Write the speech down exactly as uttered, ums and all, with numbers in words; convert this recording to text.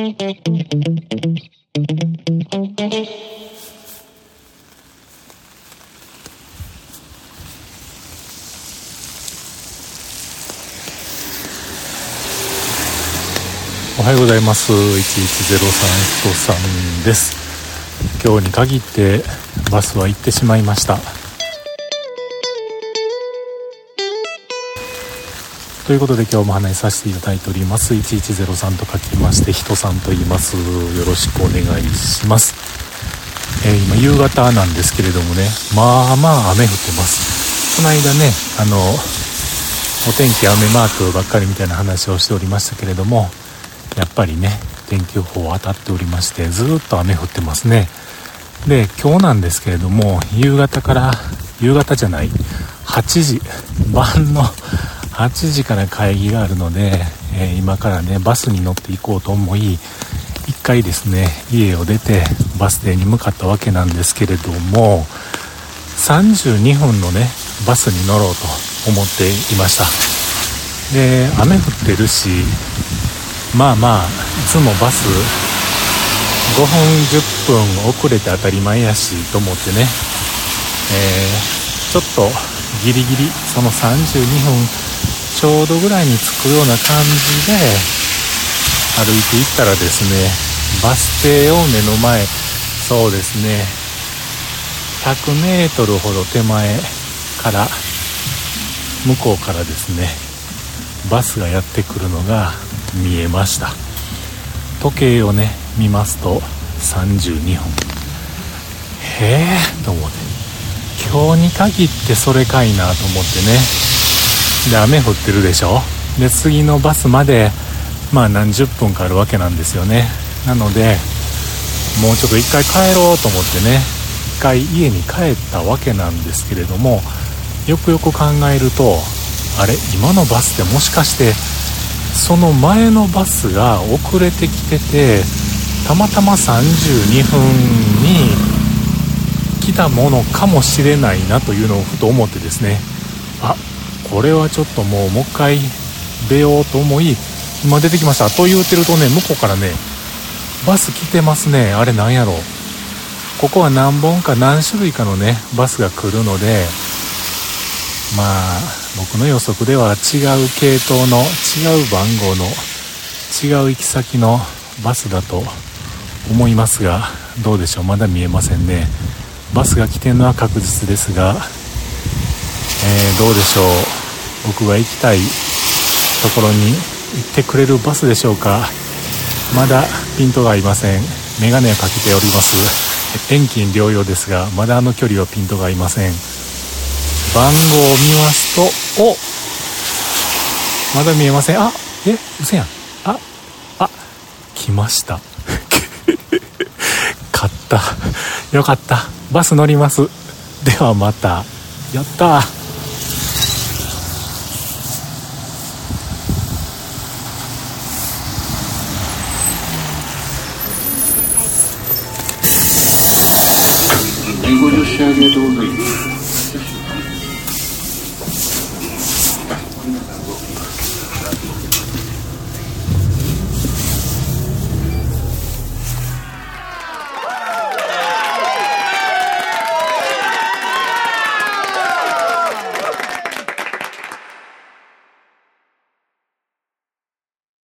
おはようございます。いちいちゼロさん人さんです。今日に限ってバスは行ってしまいました。ということで今日も話させていただいております。いちいちゼロさんと書きまして人さんと言います。よろしくお願いします。えー、今夕方なんですけれどもね、まあまあ雨降ってます。この間ね、あのお天気雨マークばっかりみたいな話をしておりましたけれども、やっぱりね天気予報当たっておりまして、ずっと雨降ってますね。で今日なんですけれども、夕方から夕方じゃないはちじ晩のはちじから会議があるので、えー、今からねバスに乗っていこうと思い、一回ですね家を出てバス停に向かったわけなんですけれども、さんじゅうにふんのねバスに乗ろうと思っていました。で雨降ってるし、まあまあいつもバスごふんじゅっぷん遅れて当たり前やしと思ってね、えー、ちょっとギリギリそのさんじゅうにふんちょうどぐらいに着くような感じで歩いていったらですね、バス停を目の前、そうですねひゃくメートルほど手前から向こうからですねバスがやってくるのが見えました。時計をね見ますとさんじゅうにふん。へーと思って、今日に限ってそれかいなと思ってね。で雨降ってるでしょ。で次のバスまでまあ何十分かあるわけなんですよね。なのでもうちょっと一回帰ろうと思ってね、一回家に帰ったわけなんですけれども、よくよく考えると、あれ今のバスってもしかしてその前のバスが遅れてきてて、たまたまさんじゅうにふんに来たものかもしれないなというのをふと思ってですね、あ、これはちょっともうもう一回出ようと思い、今出てきました。と言うてるとね、向こうからねバス来てますね。あれなんやろう、ここは何本か何種類かのねバスが来るので、まあ僕の予測では違う系統の違う番号の違う行き先のバスだと思いますが、どうでしょう、まだ見えませんね。バスが来てるのは確実ですが、えー、どうでしょう、僕が行きたいところに行ってくれるバスでしょうか。まだピントが合いません。メガネをかけております。遠近療養ですが、まだあの距離はピントが合いません。番号を見ますと、お、まだ見えません。あ、え、嘘やん。あ、あ、来ました。買った。よかった。バス乗ります。ではまた。やったー。 ご乗車ありがとうございます。